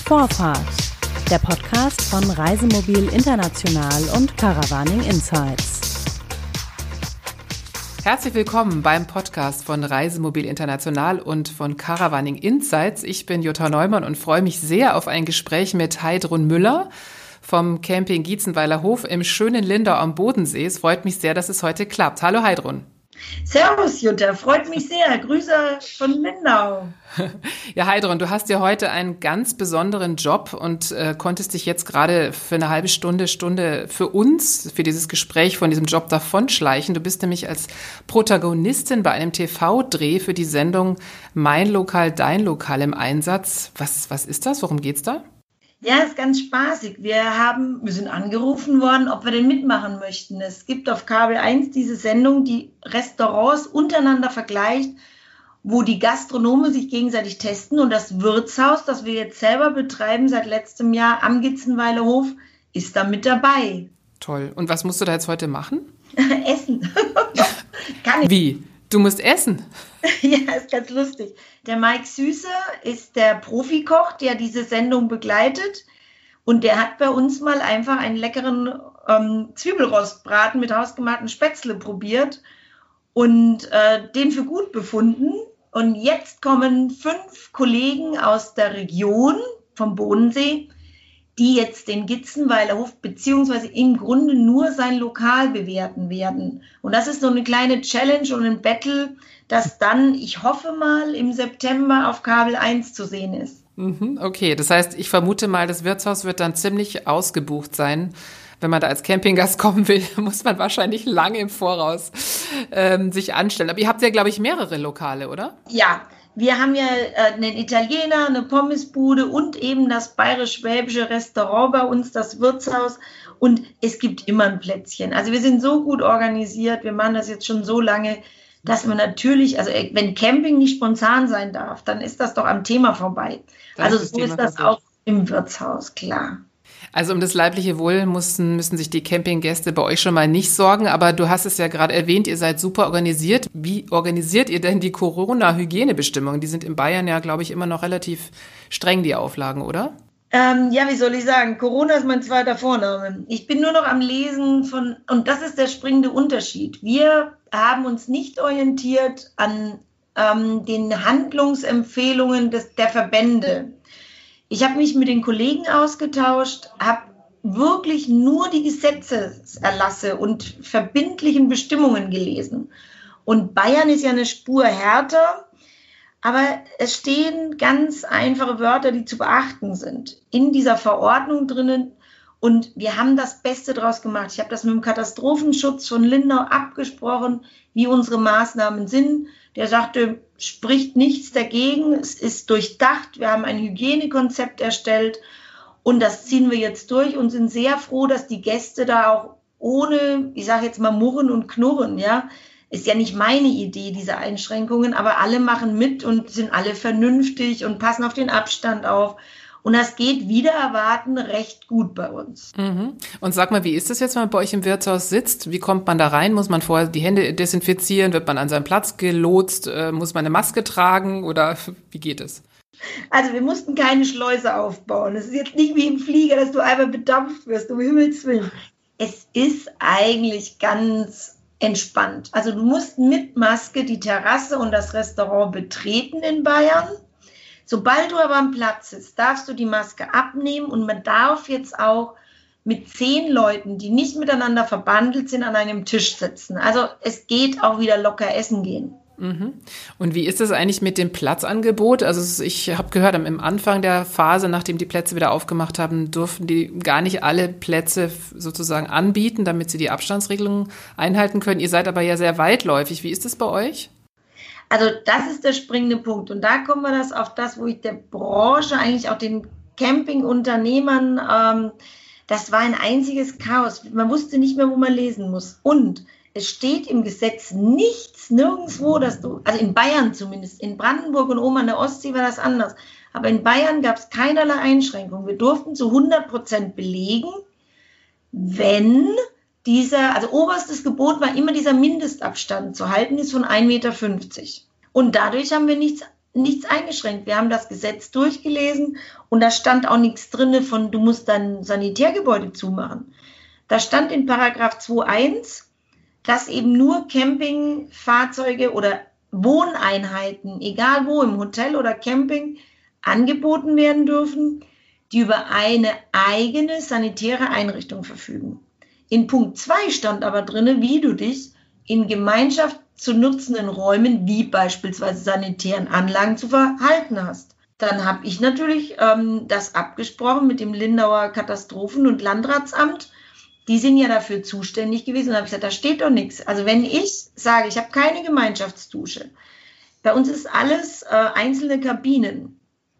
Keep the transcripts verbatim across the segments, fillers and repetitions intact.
Vorfahrt, der Podcast von Reisemobil International und Caravaning Insights. Herzlich willkommen beim Podcast von Reisemobil International und von Caravaning Insights. Ich bin Jutta Neumann und freue mich sehr auf ein Gespräch mit Heidrun Müller vom Camping Gietzenweiler Hof im schönen Lindau am Bodensee. Es freut mich sehr, dass es heute klappt. Hallo Heidrun. Servus Jutta, freut mich sehr. Grüße von Lindau. Ja, Heidrun, du hast ja heute einen ganz besonderen Job und äh, konntest dich jetzt gerade für eine halbe Stunde, Stunde für uns, für dieses Gespräch von diesem Job davonschleichen. Du bist nämlich als Protagonistin bei einem T V-Dreh für die Sendung Mein Lokal, Dein Lokal im Einsatz. Was, was ist das? Worum geht's da? Ja, ist ganz spaßig. Wir haben, wir sind angerufen worden, ob wir denn mitmachen möchten. Es gibt auf Kabel eins diese Sendung, die Restaurants untereinander vergleicht, wo die Gastronomen sich gegenseitig testen. Und das Wirtshaus, das wir jetzt selber betreiben seit letztem Jahr am Gietzenweiler Hof, ist da mit dabei. Toll. Und was musst du da jetzt heute machen? Essen. Kann ich. Wie? Du musst essen? Ja, ist ganz lustig. Der Mike Süße ist der Profikoch, der diese Sendung begleitet. Und der hat bei uns mal einfach einen leckeren ähm, Zwiebelrostbraten mit hausgemachtem Spätzle probiert und äh, den für gut befunden. Und jetzt kommen fünf Kollegen aus der Region vom Bodensee, die jetzt den Gietzenweiler Hof beziehungsweise im Grunde nur sein Lokal bewerten werden. Und das ist so eine kleine Challenge und ein Battle, das dann, ich hoffe mal, im September auf Kabel eins zu sehen ist. Okay, das heißt, ich vermute mal, das Wirtshaus wird dann ziemlich ausgebucht sein. Wenn man da als Campinggast kommen will, muss man wahrscheinlich lange im Voraus ähm, sich anstellen. Aber ihr habt ja, glaube ich, mehrere Lokale, oder? Ja, wir haben ja äh, einen Italiener, eine Pommesbude und eben das bayerisch-schwäbische Restaurant bei uns, das Wirtshaus. Und es gibt immer ein Plätzchen. Also wir sind so gut organisiert, wir machen das jetzt schon so lange, dass man natürlich, also wenn Camping nicht spontan sein darf, dann ist das doch am Thema vorbei. Das also so ist das auch im Wirtshaus, klar. Also um das leibliche Wohl müssen, müssen sich die Campinggäste bei euch schon mal nicht sorgen, aber du hast es ja gerade erwähnt, ihr seid super organisiert. Wie organisiert ihr denn die Corona-Hygienebestimmungen? Die sind in Bayern ja, glaube ich, immer noch relativ streng, die Auflagen, oder? Ähm, ja, wie soll ich sagen? Corona ist mein zweiter Vorname. Ich bin nur noch am Lesen von, und das ist der springende Unterschied. Wir haben uns nicht orientiert an ähm, den Handlungsempfehlungen des, der Verbände. Ich habe mich mit den Kollegen ausgetauscht, habe wirklich nur die Gesetzeserlasse und verbindlichen Bestimmungen gelesen. Und Bayern ist ja eine Spur härter, aber es stehen ganz einfache Wörter, die zu beachten sind, in dieser Verordnung drinnen. Und wir haben das Beste draus gemacht. Ich habe das mit dem Katastrophenschutz von Lindau abgesprochen, wie unsere Maßnahmen sind. Der sagte, spricht nichts dagegen, es ist durchdacht, wir haben ein Hygienekonzept erstellt und das ziehen wir jetzt durch und sind sehr froh, dass die Gäste da auch ohne, ich sage jetzt mal Murren und Knurren, ja, ist ja nicht meine Idee, diese Einschränkungen, aber alle machen mit und sind alle vernünftig und passen auf den Abstand auf. Und das geht wider Erwarten recht gut bei uns. Mhm. Und sag mal, wie ist das jetzt, wenn man bei euch im Wirtshaus sitzt? Wie kommt man da rein? Muss man vorher die Hände desinfizieren? Wird man an seinen Platz gelotst? Äh, muss man eine Maske tragen? Oder wie geht es? Also wir mussten keine Schleuse aufbauen. Es ist jetzt nicht wie im Flieger, dass du einmal bedampft wirst, um Himmels Willen. Es ist eigentlich ganz entspannt. Also du musst mit Maske die Terrasse und das Restaurant betreten in Bayern. Sobald du aber am Platz bist, darfst du die Maske abnehmen und man darf jetzt auch mit zehn Leuten, die nicht miteinander verbandelt sind, an einem Tisch sitzen. Also es geht auch wieder locker essen gehen. Mhm. Und wie ist es eigentlich mit dem Platzangebot? Also ich habe gehört, am Anfang der Phase, nachdem die Plätze wieder aufgemacht haben, durften die gar nicht alle Plätze sozusagen anbieten, damit sie die Abstandsregelungen einhalten können. Ihr seid aber ja sehr weitläufig. Wie ist es bei euch? Also das ist der springende Punkt. Und da kommen wir das auf das, wo ich der Branche, eigentlich auch den Campingunternehmern, ähm, das war ein einziges Chaos. Man wusste nicht mehr, wo man lesen muss. Und es steht im Gesetz nichts, nirgendwo, dass du, also in Bayern zumindest, in Brandenburg und oben an der Ostsee war das anders. Aber in Bayern gab es keinerlei Einschränkungen. Wir durften zu hundert Prozent belegen, wenn dieser, also oberstes Gebot war immer dieser Mindestabstand zu halten ist von ein Meter fünfzig. Und dadurch haben wir nichts nichts eingeschränkt. Wir haben das Gesetz durchgelesen und da stand auch nichts drin von, du musst dein Sanitärgebäude zumachen. Da stand in Paragraph zwei Punkt eins, dass eben nur Campingfahrzeuge oder Wohneinheiten, egal wo, im Hotel oder Camping, angeboten werden dürfen, die über eine eigene sanitäre Einrichtung verfügen. In Punkt zwei stand aber drin, wie du dich in Gemeinschaft zu nutzenden Räumen, wie beispielsweise sanitären Anlagen, zu verhalten hast. Dann habe ich natürlich ähm, das abgesprochen mit dem Lindauer Katastrophen- und Landratsamt. Die sind ja dafür zuständig gewesen. Und da habe ich gesagt, da steht doch nichts. Also wenn ich sage, ich habe keine Gemeinschaftsdusche, bei uns ist alles äh, einzelne Kabinen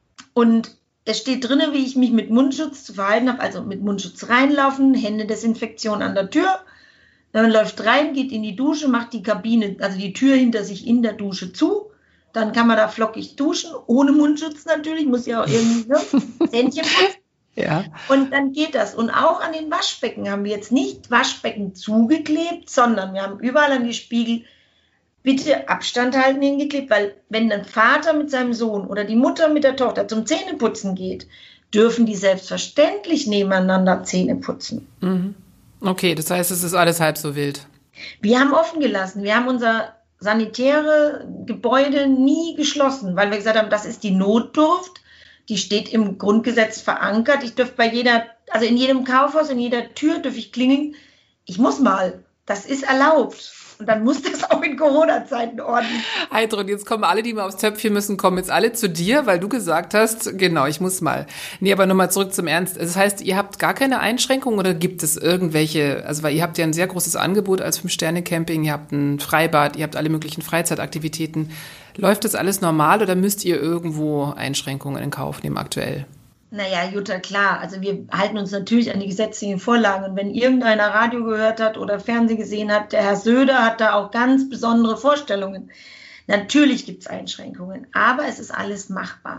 und es steht drin, wie ich mich mit Mundschutz zu verhalten habe, also mit Mundschutz reinlaufen, Händedesinfektion an der Tür. Man läuft rein, geht in die Dusche, macht die Kabine, also die Tür hinter sich in der Dusche zu. Dann kann man da flockig duschen, ohne Mundschutz natürlich, muss ja auch irgendwie, ne, Zähnchen putzen. Ja. Und dann geht das. Und auch an den Waschbecken haben wir jetzt nicht Waschbecken zugeklebt, sondern wir haben überall an die Spiegel bitte Abstand halten hingeklebt, weil wenn ein Vater mit seinem Sohn oder die Mutter mit der Tochter zum Zähneputzen geht, dürfen die selbstverständlich nebeneinander Zähne putzen. Mhm. Okay, das heißt, es ist alles halb so wild. Wir haben offen gelassen. Wir haben unser sanitäre Gebäude nie geschlossen, weil wir gesagt haben, das ist die Notdurft. Die steht im Grundgesetz verankert. Ich dürfte bei jeder, also in jedem Kaufhaus, in jeder Tür dürfe ich klingeln. Ich muss mal. Das ist erlaubt. Und dann muss das auch in Corona-Zeiten ordnen. Heidrun, jetzt kommen alle, die mal aufs Töpfchen müssen, kommen jetzt alle zu dir, weil du gesagt hast, genau, ich muss mal. Nee, aber nochmal zurück zum Ernst. Das heißt, ihr habt gar keine Einschränkungen oder gibt es irgendwelche, also weil ihr habt ja ein sehr großes Angebot als Fünf-Sterne-Camping, ihr habt ein Freibad, ihr habt alle möglichen Freizeitaktivitäten. Läuft das alles normal oder müsst ihr irgendwo Einschränkungen in Kauf nehmen aktuell? Naja, Jutta, klar. Also wir halten uns natürlich an die gesetzlichen Vorlagen. Und wenn irgendeiner Radio gehört hat oder Fernsehen gesehen hat, der Herr Söder hat da auch ganz besondere Vorstellungen. Natürlich gibt es Einschränkungen, aber es ist alles machbar.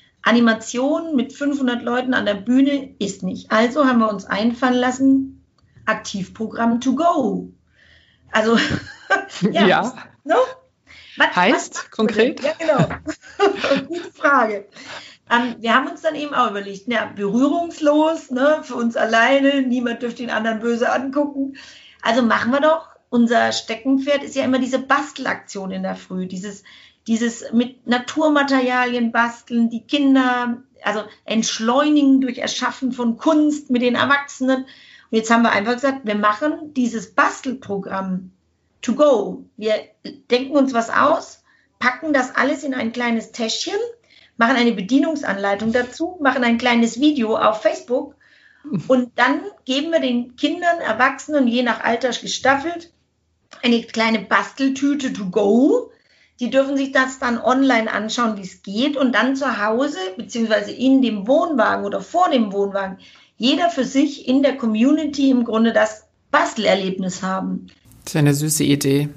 Animation mit fünfhundert Leuten an der Bühne ist nicht. Also haben wir uns einfallen lassen, Aktivprogramm to go. Also, ja. ja. No? Was, heißt was konkret? Ja, genau. Gute Frage. Um, wir haben uns dann eben auch überlegt, ja, berührungslos, ne, für uns alleine, niemand dürfte den anderen böse angucken. Also machen wir doch, unser Steckenpferd ist ja immer diese Bastelaktion in der Früh, dieses, dieses mit Naturmaterialien basteln, die Kinder, also entschleunigen durch Erschaffen von Kunst mit den Erwachsenen. Und jetzt haben wir einfach gesagt, wir machen dieses Bastelprogramm to go. Wir denken uns was aus, packen das alles in ein kleines Täschchen, machen eine Bedienungsanleitung dazu, machen ein kleines Video auf Facebook und dann geben wir den Kindern, Erwachsenen, je nach Alter gestaffelt, eine kleine Basteltüte to go. Die dürfen sich das dann online anschauen, wie es geht und dann zu Hause, beziehungsweise in dem Wohnwagen oder vor dem Wohnwagen, jeder für sich in der Community im Grunde das Bastelerlebnis haben. Das ist eine süße Idee.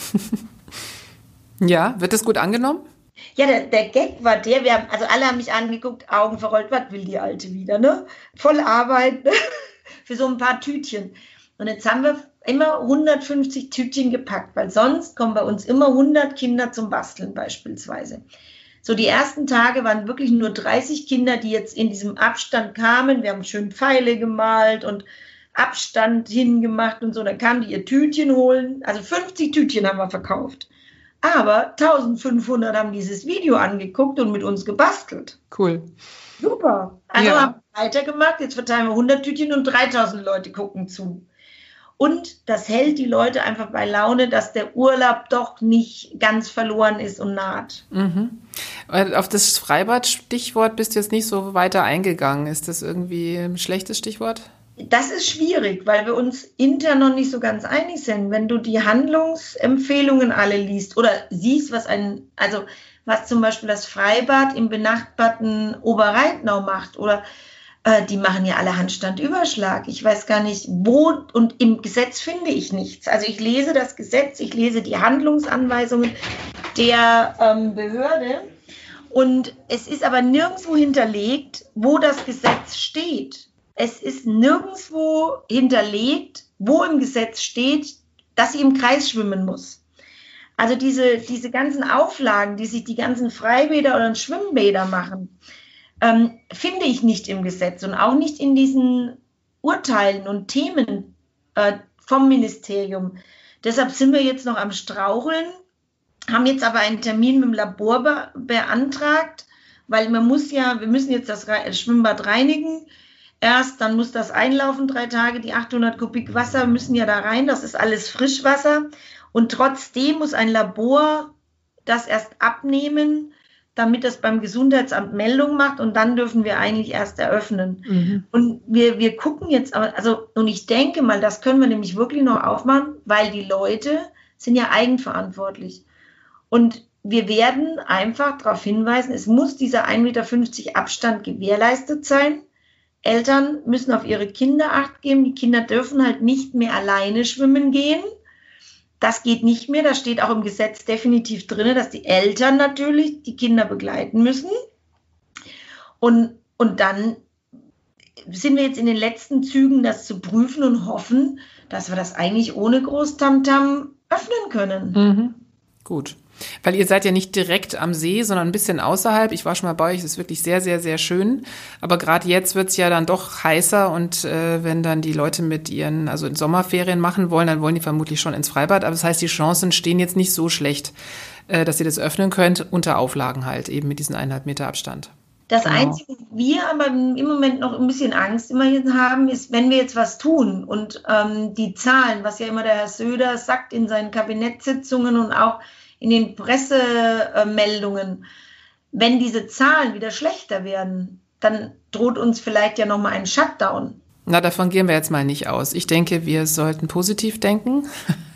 Ja, wird das gut angenommen? Ja, der, der Gag war der, wir haben, also alle haben mich angeguckt, Augen verrollt, was will die Alte wieder, ne? Voll Arbeit, ne? Für so ein paar Tütchen. Und jetzt haben wir immer hundertfünfzig Tütchen gepackt, weil sonst kommen bei uns immer hundert Kinder zum Basteln beispielsweise. So die ersten Tage waren wirklich nur dreißig Kinder, die jetzt in diesem Abstand kamen. Wir haben schön Pfeile gemalt und Abstand hingemacht und so. Dann kamen die ihr Tütchen holen. Also fünfzig Tütchen haben wir verkauft. Aber eintausendfünfhundert haben dieses Video angeguckt und mit uns gebastelt. Cool. Super. Also ja. haben wir weitergemacht. Jetzt verteilen wir hundert Tütchen und dreitausend Leute gucken zu. Und das hält die Leute einfach bei Laune, dass der Urlaub doch nicht ganz verloren ist und naht. Mhm. Auf das Freibad-Stichwort bist du jetzt nicht so weiter eingegangen. Ist das irgendwie ein schlechtes Stichwort? Das ist schwierig, weil wir uns intern noch nicht so ganz einig sind. Wenn du die Handlungsempfehlungen alle liest oder siehst, was ein, also was zum Beispiel das Freibad im benachbarten Oberreitnau macht oder äh, die machen ja alle Handstandüberschlag. Ich weiß gar nicht, wo und im Gesetz finde ich nichts. Also ich lese das Gesetz, ich lese die Handlungsanweisungen der ähm, Behörde und es ist aber nirgendwo hinterlegt, wo das Gesetz steht. Es ist nirgendwo hinterlegt, wo im Gesetz steht, dass sie im Kreis schwimmen muss. Also diese, diese ganzen Auflagen, die sich die ganzen Freibäder oder Schwimmbäder machen, ähm, finde ich nicht im Gesetz und auch nicht in diesen Urteilen und Themen äh, vom Ministerium. Deshalb sind wir jetzt noch am Straucheln, haben jetzt aber einen Termin mit dem Labor be- beantragt, weil man muss ja, wir müssen jetzt das Re- Schwimmbad reinigen. Erst, dann muss das einlaufen, drei Tage, die achthundert Kubik Wasser müssen ja da rein, das ist alles Frischwasser. Und trotzdem muss ein Labor das erst abnehmen, damit das beim Gesundheitsamt Meldung macht und dann dürfen wir eigentlich erst eröffnen. Mhm. Und wir, wir gucken jetzt, also, und ich denke mal, das können wir nämlich wirklich noch aufmachen, weil die Leute sind ja eigenverantwortlich. Und wir werden einfach darauf hinweisen, es muss dieser ein Meter fünfzig Abstand gewährleistet sein. Eltern müssen auf ihre Kinder Acht geben. Die Kinder dürfen halt nicht mehr alleine schwimmen gehen. Das geht nicht mehr. Da steht auch im Gesetz definitiv drin, dass die Eltern natürlich die Kinder begleiten müssen. Und, und dann sind wir jetzt in den letzten Zügen, das zu prüfen und hoffen, dass wir das eigentlich ohne Groß-Tamtam öffnen können. Mhm. Gut. Weil ihr seid ja nicht direkt am See, sondern ein bisschen außerhalb. Ich war schon mal bei euch, es ist wirklich sehr, sehr, sehr schön. Aber gerade jetzt wird's ja dann doch heißer und äh, wenn dann die Leute mit ihren, also in Sommerferien machen wollen, dann wollen die vermutlich schon ins Freibad. Aber das heißt, die Chancen stehen jetzt nicht so schlecht, äh, dass ihr das öffnen könnt, unter Auflagen halt, eben mit diesen eineinhalb Meter Abstand. Das genau. Einzige, wir aber im Moment noch ein bisschen Angst immerhin haben, ist, wenn wir jetzt was tun und ähm, die Zahlen, was ja immer der Herr Söder sagt in seinen Kabinettssitzungen und auch in den Pressemeldungen, wenn diese Zahlen wieder schlechter werden, dann droht uns vielleicht ja nochmal ein Shutdown. Na, davon gehen wir jetzt mal nicht aus. Ich denke, wir sollten positiv denken.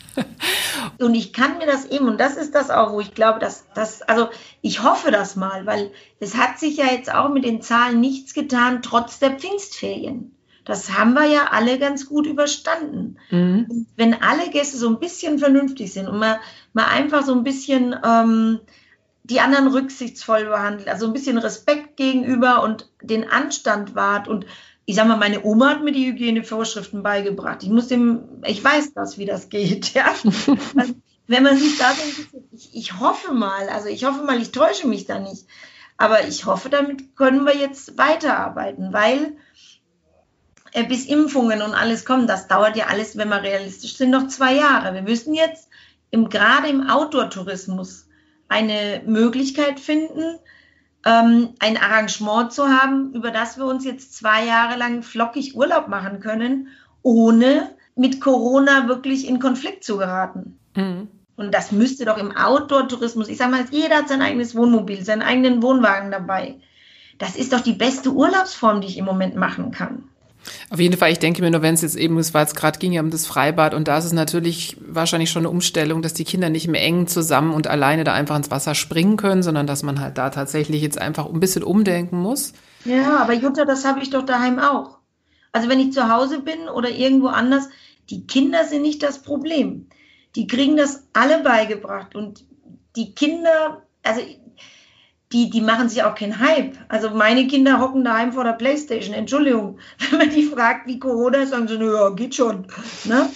Und ich kann mir das eben, und das ist das auch, wo ich glaube, dass das, also ich hoffe das mal, weil es hat sich ja jetzt auch mit den Zahlen nichts getan, trotz der Pfingstferien. Das haben wir ja alle ganz gut überstanden. Mhm. Und wenn alle Gäste so ein bisschen vernünftig sind und man, man einfach so ein bisschen ähm, die anderen rücksichtsvoll behandelt, also ein bisschen Respekt gegenüber und den Anstand wahrt. Und ich sag mal, meine Oma hat mir die Hygienevorschriften beigebracht. Ich muss dem, ich weiß das, wie das geht. Ja? Also, wenn man sich da so ein bisschen, ich, ich hoffe mal, also ich hoffe mal, ich täusche mich da nicht. Aber ich hoffe, damit können wir jetzt weiterarbeiten, weil bis Impfungen und alles kommen, das dauert ja alles, wenn wir realistisch sind, noch zwei Jahre. Wir müssen jetzt im, gerade im Outdoor-Tourismus eine Möglichkeit finden, ähm, ein Arrangement zu haben, über das wir uns jetzt zwei Jahre lang flockig Urlaub machen können, ohne mit Corona wirklich in Konflikt zu geraten. Mhm. Und das müsste doch im Outdoor-Tourismus, ich sage mal, jeder hat sein eigenes Wohnmobil, seinen eigenen Wohnwagen dabei. Das ist doch die beste Urlaubsform, die ich im Moment machen kann. Auf jeden Fall, ich denke mir nur, wenn es jetzt eben, es war jetzt gerade ging ja um das Freibad und da ist es natürlich wahrscheinlich schon eine Umstellung, dass die Kinder nicht mehr eng zusammen und alleine da einfach ins Wasser springen können, sondern dass man halt da tatsächlich jetzt einfach ein bisschen umdenken muss. Ja, aber Jutta, das habe ich doch daheim auch. Also wenn ich zu Hause bin oder irgendwo anders, die Kinder sind nicht das Problem. Die kriegen das alle beigebracht und die Kinder, also Die, die machen sich auch keinen Hype. Also meine Kinder hocken daheim vor der Playstation. Entschuldigung, wenn man die fragt, wie Corona ist, sagen sie, ja, geht schon. Ne?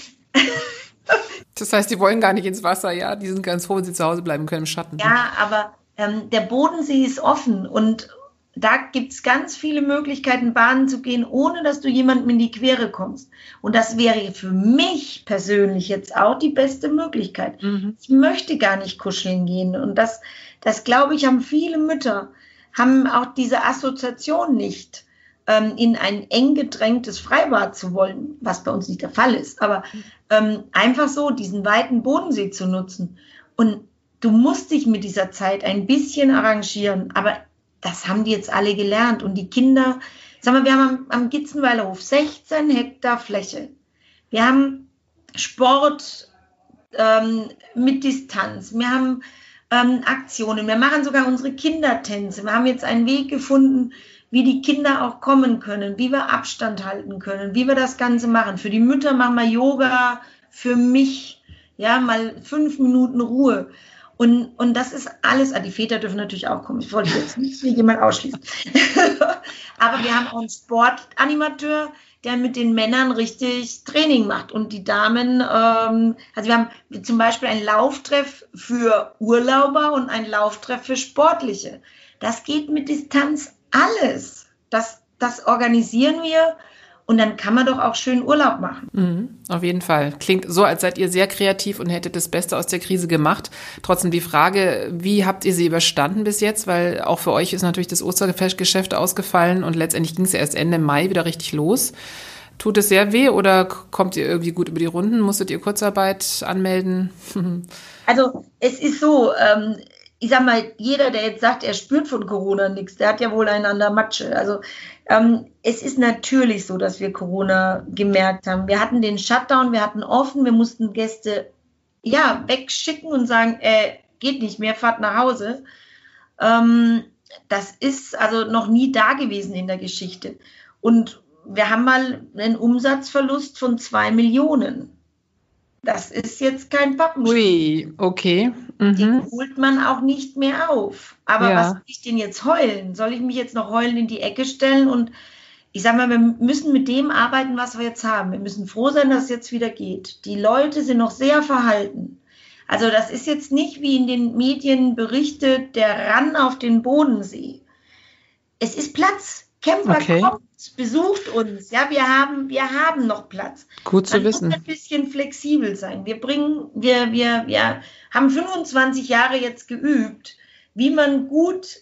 Das heißt, die wollen gar nicht ins Wasser, ja? Die sind ganz froh, wenn sie zu Hause bleiben können im Schatten. Ja, aber ähm, der Bodensee ist offen und da gibt es ganz viele Möglichkeiten, Bahnen zu gehen, ohne dass du jemandem in die Quere kommst. Und das wäre für mich persönlich jetzt auch die beste Möglichkeit. Mhm. Ich möchte gar nicht kuscheln gehen. Und das, das glaube ich, haben viele Mütter, haben auch diese Assoziation nicht, ähm, in ein eng gedrängtes Freibad zu wollen, was bei uns nicht der Fall ist. Aber ähm, einfach so diesen weiten Bodensee zu nutzen. Und du musst dich mit dieser Zeit ein bisschen arrangieren, aber das haben die jetzt alle gelernt. Und die Kinder, sag mal, wir haben am, am Gitzenweiler Hof sechzehn Hektar Fläche. Wir haben Sport ähm, mit Distanz. Wir haben ähm, Aktionen. Wir machen sogar unsere Kindertänze. Wir haben jetzt einen Weg gefunden, wie die Kinder auch kommen können, wie wir Abstand halten können, wie wir das Ganze machen. Für die Mütter machen wir Yoga, für mich, ja, mal fünf Minuten Ruhe. Und, und das ist alles, ah, die Väter dürfen natürlich auch kommen, ich wollte jetzt nicht jemand ausschließen. Aber wir haben auch einen Sportanimateur, der mit den Männern richtig Training macht. Und die Damen, ähm, also wir haben zum Beispiel einen Lauftreff für Urlauber und einen Lauftreff für Sportliche. Das geht mit Distanz alles. Das, das organisieren wir. Und dann kann man doch auch schön Urlaub machen. Mhm, auf jeden Fall. Klingt so, als seid ihr sehr kreativ und hättet das Beste aus der Krise gemacht. Trotzdem die Frage, wie habt ihr sie überstanden bis jetzt? Weil auch für euch ist natürlich das Ostergeschäft ausgefallen und letztendlich ging es ja erst Ende Mai wieder richtig los. Tut es sehr weh oder kommt ihr irgendwie gut über die Runden? Musstet ihr Kurzarbeit anmelden? Also es ist so, ähm, ich sag mal, jeder, der jetzt sagt, er spürt von Corona nichts, der hat ja wohl einen an der Matsche. Also ähm, es ist natürlich so, dass wir Corona gemerkt haben. Wir hatten den Shutdown, wir hatten offen, wir mussten Gäste ja wegschicken und sagen, äh, geht nicht mehr, fahrt nach Hause. Ähm, das ist also noch nie da gewesen in der Geschichte. Und wir haben mal einen Umsatzverlust von zwei Millionen. Das ist jetzt kein Pappenstiel. Ui, okay. Mhm. Den holt man auch nicht mehr auf. Aber Ja. was soll ich denn jetzt heulen? Soll ich mich jetzt noch heulen in die Ecke stellen? Und ich sage mal, wir müssen mit dem arbeiten, was wir jetzt haben. Wir müssen froh sein, dass es jetzt wieder geht. Die Leute sind noch sehr verhalten. Also das ist jetzt nicht, wie in den Medien berichtet, der Run auf den Bodensee. Es ist Platz. Camper Okay. kommt, besucht uns. Ja, wir haben, wir haben noch Platz. Gut zu Man muss wissen. ein bisschen flexibel sein. Wir bringen, wir, wir, wir haben fünfundzwanzig Jahre jetzt geübt, wie man gut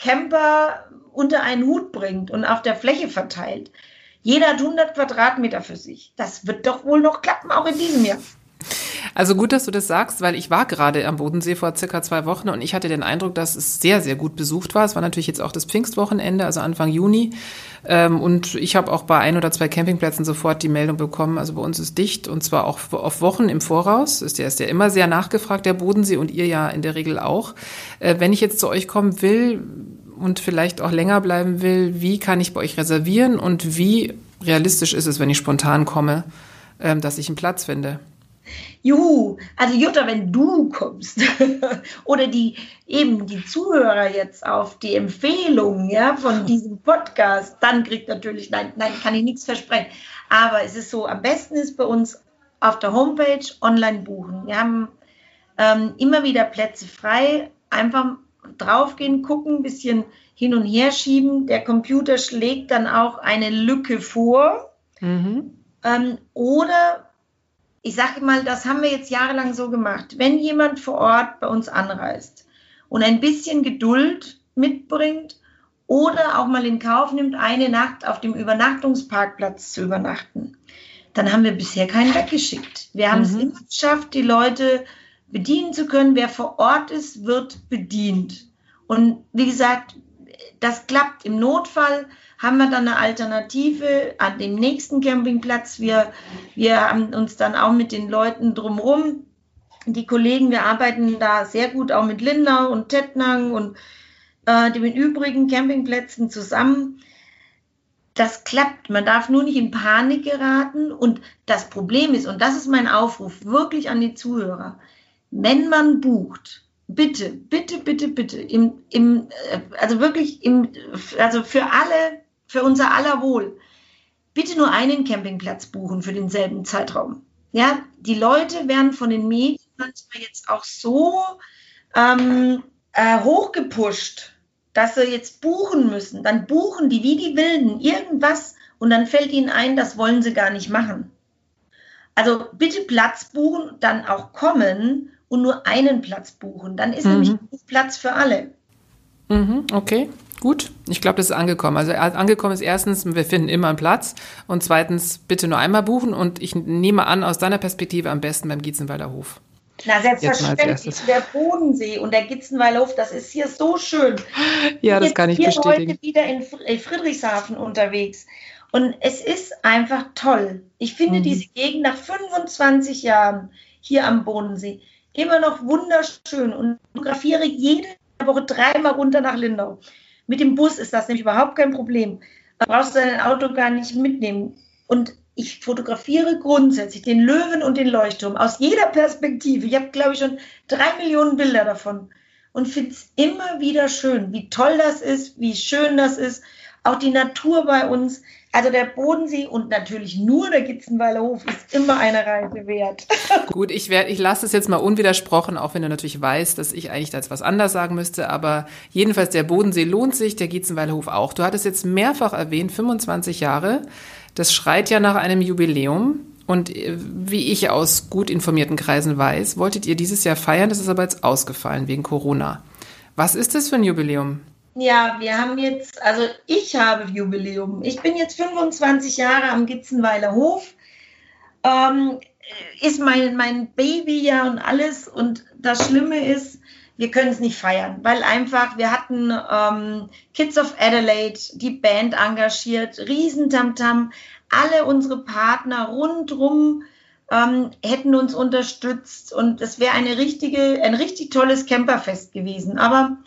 Camper unter einen Hut bringt und auf der Fläche verteilt. Jeder hat hundert Quadratmeter für sich. Das wird doch wohl noch klappen, auch in diesem Jahr. Also gut, dass du das sagst, weil ich war gerade am Bodensee vor circa zwei Wochen und ich hatte den Eindruck, dass es sehr, sehr gut besucht war. Es war natürlich jetzt auch das Pfingstwochenende, also Anfang Juni. Und ich habe auch bei ein oder zwei Campingplätzen sofort die Meldung bekommen, also bei uns ist dicht und zwar auch auf Wochen im Voraus. Ist ja, ist ja immer sehr nachgefragt, der Bodensee, und ihr ja in der Regel auch. Wenn ich jetzt zu euch kommen will und vielleicht auch länger bleiben will, wie kann ich bei euch reservieren und wie realistisch ist es, wenn ich spontan komme, dass ich einen Platz finde? Juhu, also Jutta, wenn du kommst oder die eben die Zuhörer jetzt auf die Empfehlung, ja, von diesem Podcast, dann kriegt natürlich, nein, nein, kann ich nichts versprechen. Aber es ist so, am besten ist bei uns auf der Homepage online buchen. Wir haben ähm, immer wieder Plätze frei, einfach draufgehen, gucken, ein bisschen hin und her schieben. Der Computer schlägt dann auch eine Lücke vor. Mhm. Ähm, oder ich sage mal, das haben wir jetzt jahrelang so gemacht. Wenn jemand vor Ort bei uns anreist und ein bisschen Geduld mitbringt oder auch mal in Kauf nimmt, eine Nacht auf dem Übernachtungsparkplatz zu übernachten, dann haben wir bisher keinen weggeschickt. Wir haben mhm. es immer geschafft, die Leute bedienen zu können. Wer vor Ort ist, wird bedient. Und wie gesagt, das klappt. Im Notfall haben wir dann eine Alternative an dem nächsten Campingplatz. Wir, wir haben uns dann auch mit den Leuten drumherum, die Kollegen, wir arbeiten da sehr gut auch mit Lindau und Tettnang und äh, den übrigen Campingplätzen zusammen. Das klappt. Man darf nur nicht in Panik geraten. Und das Problem ist, und das ist mein Aufruf wirklich an die Zuhörer, wenn man bucht, bitte, bitte, bitte, bitte, im, im, also wirklich, im, also für alle, für unser aller Wohl, bitte nur einen Campingplatz buchen für denselben Zeitraum. Ja, die Leute werden von den Medien manchmal jetzt auch so ähm, äh, hochgepusht, dass sie jetzt buchen müssen. Dann buchen die wie die Wilden irgendwas und dann fällt ihnen ein, das wollen sie gar nicht machen. Also bitte Platz buchen, dann auch kommen und nur einen Platz buchen. Dann ist mhm. nämlich Platz für alle. Mhm, okay, gut. Ich glaube, das ist angekommen. Also angekommen ist erstens, wir finden immer einen Platz und zweitens, bitte nur einmal buchen und ich nehme an, aus deiner Perspektive am besten beim Gietzenweiler Hof. Na, selbstverständlich. Der Bodensee und der Gietzenweiler Hof, das ist hier so schön. Ja, das kann ich bestätigen. Ich bin heute wieder in Friedrichshafen unterwegs. Und es ist einfach toll. Ich finde mhm. diese Gegend nach fünfundzwanzig Jahren hier am Bodensee immer noch wunderschön und fotografiere jede Woche dreimal runter nach Lindau. Mit dem Bus ist das nämlich überhaupt kein Problem. Da brauchst du dein Auto gar nicht mitnehmen. Und ich fotografiere grundsätzlich den Löwen und den Leuchtturm aus jeder Perspektive. Ich habe, glaube ich, schon drei Millionen Bilder davon und finde es immer wieder schön, wie toll das ist, wie schön das ist. auch die Natur bei uns. Also der Bodensee und natürlich nur der Gitzenweiler Hof ist immer eine Reise wert. Gut, ich, werd, ich lasse es jetzt mal unwidersprochen, auch wenn du natürlich weißt, dass ich eigentlich da jetzt was anderes sagen müsste. Aber jedenfalls, der Bodensee lohnt sich, der Gitzenweiler Hof auch. Du hattest jetzt mehrfach erwähnt, fünfundzwanzig Jahre. Das schreit ja nach einem Jubiläum. Und wie ich aus gut informierten Kreisen weiß, wolltet ihr dieses Jahr feiern. Das ist aber jetzt ausgefallen wegen Corona. Was ist das für ein Jubiläum? Ja, wir haben jetzt, also ich habe Jubiläum. Ich bin jetzt fünfundzwanzig Jahre am Gitzenweiler Hof. Ähm, ist mein, mein Baby ja und alles. Und das Schlimme ist, wir können es nicht feiern, weil einfach, wir hatten ähm, Kids of Adelaide, die Band engagiert, Riesentamtam. Alle unsere Partner rundrum ähm, hätten uns unterstützt. Und es wäre eine richtige, ein richtig tolles Camperfest gewesen. Aber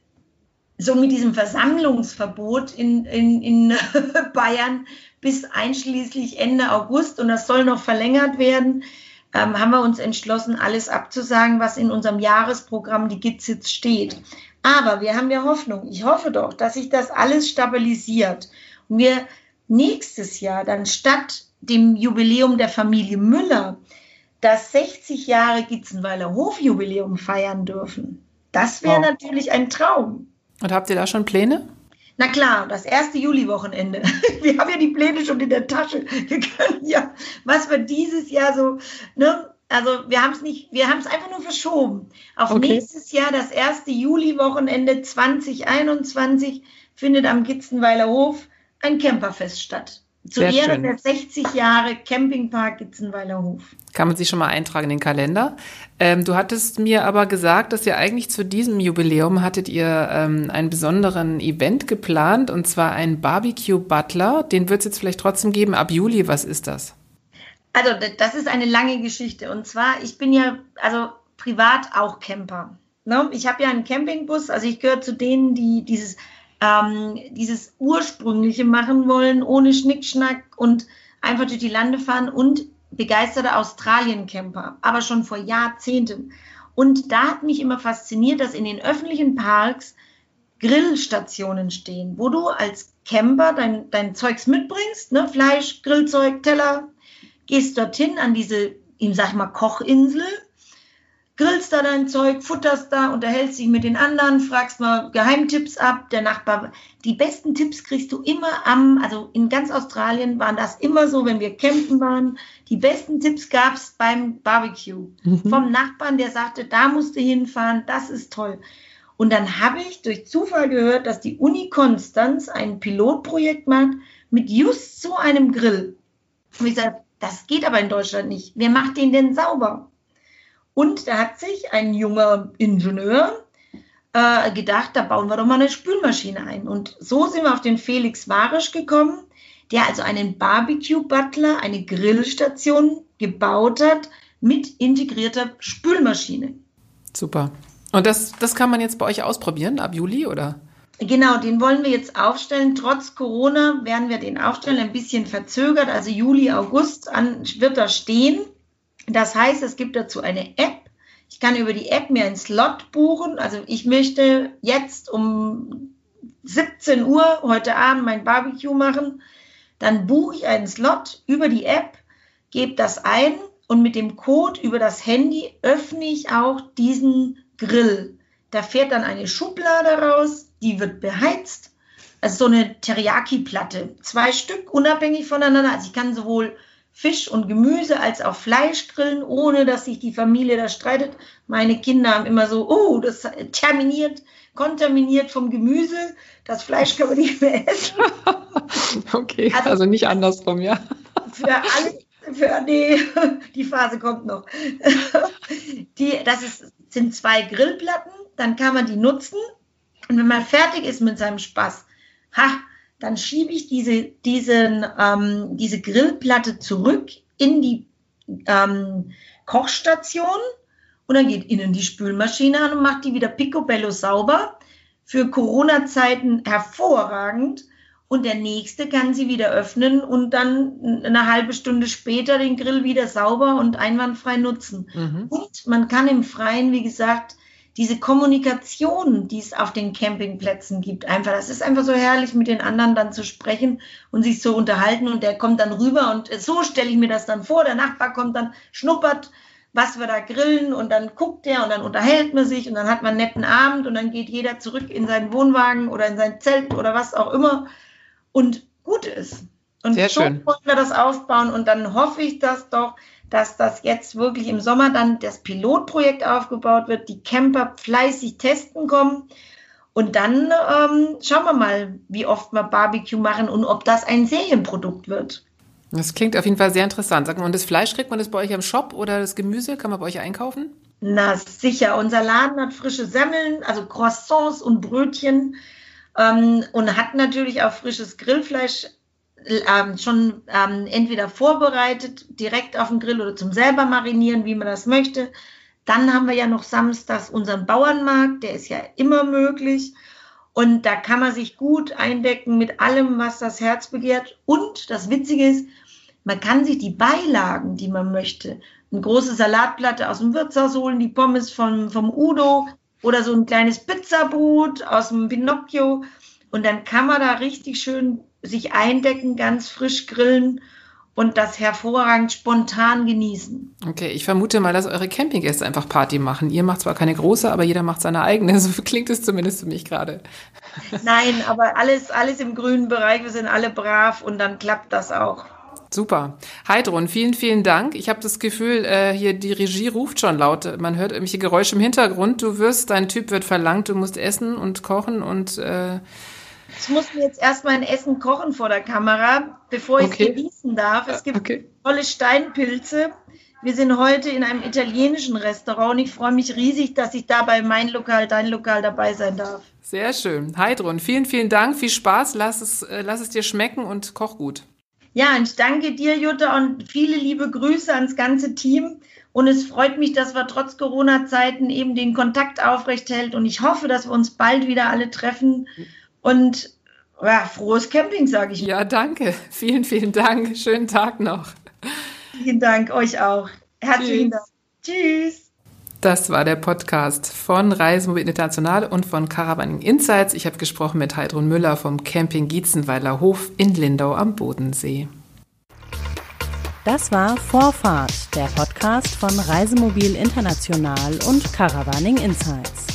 so mit diesem Versammlungsverbot in, in, in Bayern bis einschließlich Ende August, und das soll noch verlängert werden, ähm, haben wir uns entschlossen, alles abzusagen, was in unserem Jahresprogramm die Gitzitz steht. Aber wir haben ja Hoffnung. Ich hoffe doch, dass sich das alles stabilisiert und wir nächstes Jahr dann statt dem Jubiläum der Familie Müller das sechzig Jahre Gitzenweiler Hofjubiläum feiern dürfen. Das wäre wow. natürlich ein Traum. Und habt ihr da schon Pläne? Na klar, das erste Juliwochenende. Wir haben ja die Pläne schon in der Tasche. Wir können ja, was wir dieses Jahr so, ne, also wir haben es nicht, wir haben es einfach nur verschoben. Auf okay. nächstes Jahr, das erste Juliwochenende zwanzig einundzwanzig, findet am Gitzenweiler Hof ein Camperfest statt. Zu Sehr Ehren schön. der sechzig Jahre Campingpark Gitzenweiler Hof. Kann man sich schon mal eintragen in den Kalender. Ähm, du hattest mir aber gesagt, dass ihr eigentlich zu diesem Jubiläum hattet ihr ähm, einen besonderen Event geplant, und zwar einen Barbecue Butler. Den wird es jetzt vielleicht trotzdem geben ab Juli. Was ist das? Also das ist eine lange Geschichte. Und zwar, ich bin ja also privat auch Camper. Ne? Ich habe ja einen Campingbus, also ich gehöre zu denen, die dieses Ähm, dieses Ursprüngliche machen wollen, ohne Schnickschnack und einfach durch die Lande fahren, und begeisterte Australien-Camper, aber schon vor Jahrzehnten. Und da hat mich immer fasziniert, dass in den öffentlichen Parks Grillstationen stehen, wo du als Camper dein, dein Zeugs mitbringst, ne? Fleisch, Grillzeug, Teller, gehst dorthin an diese, ich sag mal, Kochinsel, grillst da dein Zeug, futterst da, unterhältst dich mit den anderen, fragst mal Geheimtipps ab, der Nachbar. Die besten Tipps kriegst du immer am, also in ganz Australien waren das immer so, wenn wir campen waren, die besten Tipps gab es beim Barbecue. Mhm. Vom Nachbarn, der sagte, da musst du hinfahren, das ist toll. Und dann habe ich durch Zufall gehört, dass die Uni Konstanz ein Pilotprojekt macht mit just so einem Grill. Und ich sage, das geht aber in Deutschland nicht. Wer macht den denn sauber? Und da hat sich ein junger Ingenieur äh, gedacht, da bauen wir doch mal eine Spülmaschine ein. Und so sind wir auf den Felix Warisch gekommen, der also einen Barbecue-Butler, eine Grillstation gebaut hat mit integrierter Spülmaschine. Super. Und das, das kann man jetzt bei euch ausprobieren ab Juli, oder? Genau, den wollen wir jetzt aufstellen. Trotz Corona werden wir den aufstellen, ein bisschen verzögert. Also Juli, August an, wird er stehen. Das heißt, es gibt dazu eine App. Ich kann über die App mir einen Slot buchen. Also ich möchte jetzt um siebzehn Uhr heute Abend mein Barbecue machen. Dann buche ich einen Slot über die App, gebe das ein und mit dem Code über das Handy öffne ich auch diesen Grill. Da fährt dann eine Schublade raus, die wird beheizt. Also so eine Teriyaki-Platte. Zwei Stück unabhängig voneinander. Also ich kann sowohl Fisch und Gemüse als auch Fleisch grillen, ohne dass sich die Familie da streitet. Meine Kinder haben immer so, oh, das terminiert, kontaminiert vom Gemüse. Das Fleisch kann man nicht mehr essen. Okay, also, also nicht andersrum, ja. Für alle, für, nee, die Phase kommt noch. Die, das ist, sind zwei Grillplatten, dann kann man die nutzen. Und wenn man fertig ist mit seinem Spaß, ha, dann schiebe ich diese, diesen, ähm, diese Grillplatte zurück in die ähm, Kochstation und dann geht innen die Spülmaschine an und macht die wieder picobello sauber. Für Corona-Zeiten hervorragend. Und der Nächste kann sie wieder öffnen und dann eine halbe Stunde später den Grill wieder sauber und einwandfrei nutzen. Mhm. Und man kann im Freien, wie gesagt, diese Kommunikation, die es auf den Campingplätzen gibt, einfach, das ist einfach so herrlich, mit den anderen dann zu sprechen und sich zu unterhalten und der kommt dann rüber und so stelle ich mir das dann vor, der Nachbar kommt dann, schnuppert, was wir da grillen und dann guckt der und dann unterhält man sich und dann hat man einen netten Abend und dann geht jeder zurück in seinen Wohnwagen oder in sein Zelt oder was auch immer und gut ist. Und Sehr so schön. wollen wir das aufbauen und dann hoffe ich das doch, dass das jetzt wirklich im Sommer dann das Pilotprojekt aufgebaut wird, die Camper fleißig testen kommen und dann ähm, schauen wir mal, wie oft wir Barbecue machen und ob das ein Serienprodukt wird. Das klingt auf jeden Fall sehr interessant. Sag mal, und das Fleisch, kriegt man das bei euch am Shop oder das Gemüse, kann man bei euch einkaufen? Na sicher, unser Laden hat frische Semmeln, also Croissants und Brötchen ähm, und hat natürlich auch frisches Grillfleisch Ähm, schon ähm, entweder vorbereitet, direkt auf dem Grill oder zum selber marinieren, wie man das möchte. Dann haben wir ja noch samstags unseren Bauernmarkt, der ist ja immer möglich. Und da kann man sich gut eindecken mit allem, was das Herz begehrt. Und das Witzige ist, man kann sich die Beilagen, die man möchte, eine große Salatplatte aus dem Wirtshaus holen, die Pommes vom, vom Udo oder so ein kleines Pizzabrot aus dem Pinocchio. Und dann kann man da richtig schön sich eindecken, ganz frisch grillen und das hervorragend spontan genießen. Okay, ich vermute mal, dass eure Campinggäste einfach Party machen. Ihr macht zwar keine große, aber jeder macht seine eigene. So klingt es zumindest für mich gerade. Nein, aber alles, alles im grünen Bereich. Wir sind alle brav und dann klappt das auch. Super. Heidrun, vielen, vielen Dank. Ich habe das Gefühl, äh, hier die Regie ruft schon laut. Man hört irgendwelche Geräusche im Hintergrund. Du wirst, dein Typ wird verlangt, du musst essen und kochen und äh, ich muss mir jetzt erstmal ein Essen kochen vor der Kamera, bevor ich es Okay. genießen darf. Es gibt Okay. tolle Steinpilze. Wir sind heute in einem italienischen Restaurant und ich freue mich riesig, dass ich da bei mein Lokal, dein Lokal dabei sein darf. Sehr schön. Heidrun, vielen, vielen Dank. Viel Spaß. Lass es, äh, lass es dir schmecken und koch gut. Ja, und ich danke dir, Jutta, und viele liebe Grüße ans ganze Team. Und es freut mich, dass wir trotz Corona-Zeiten eben den Kontakt aufrecht hält. Und ich hoffe, dass wir uns bald wieder alle treffen. Und ja, frohes Camping, sage ich. Ja, danke. Vielen, vielen Dank. Schönen Tag noch. Vielen Dank, euch auch. Herzlichen Tschüss. Dank. Tschüss. Das war der Podcast von Reisemobil International und von Caravaning Insights. Ich habe gesprochen mit Heidrun Müller vom Camping Gietzenweiler Hof in Lindau am Bodensee. Das war Vorfahrt, der Podcast von Reisemobil International und Caravaning Insights.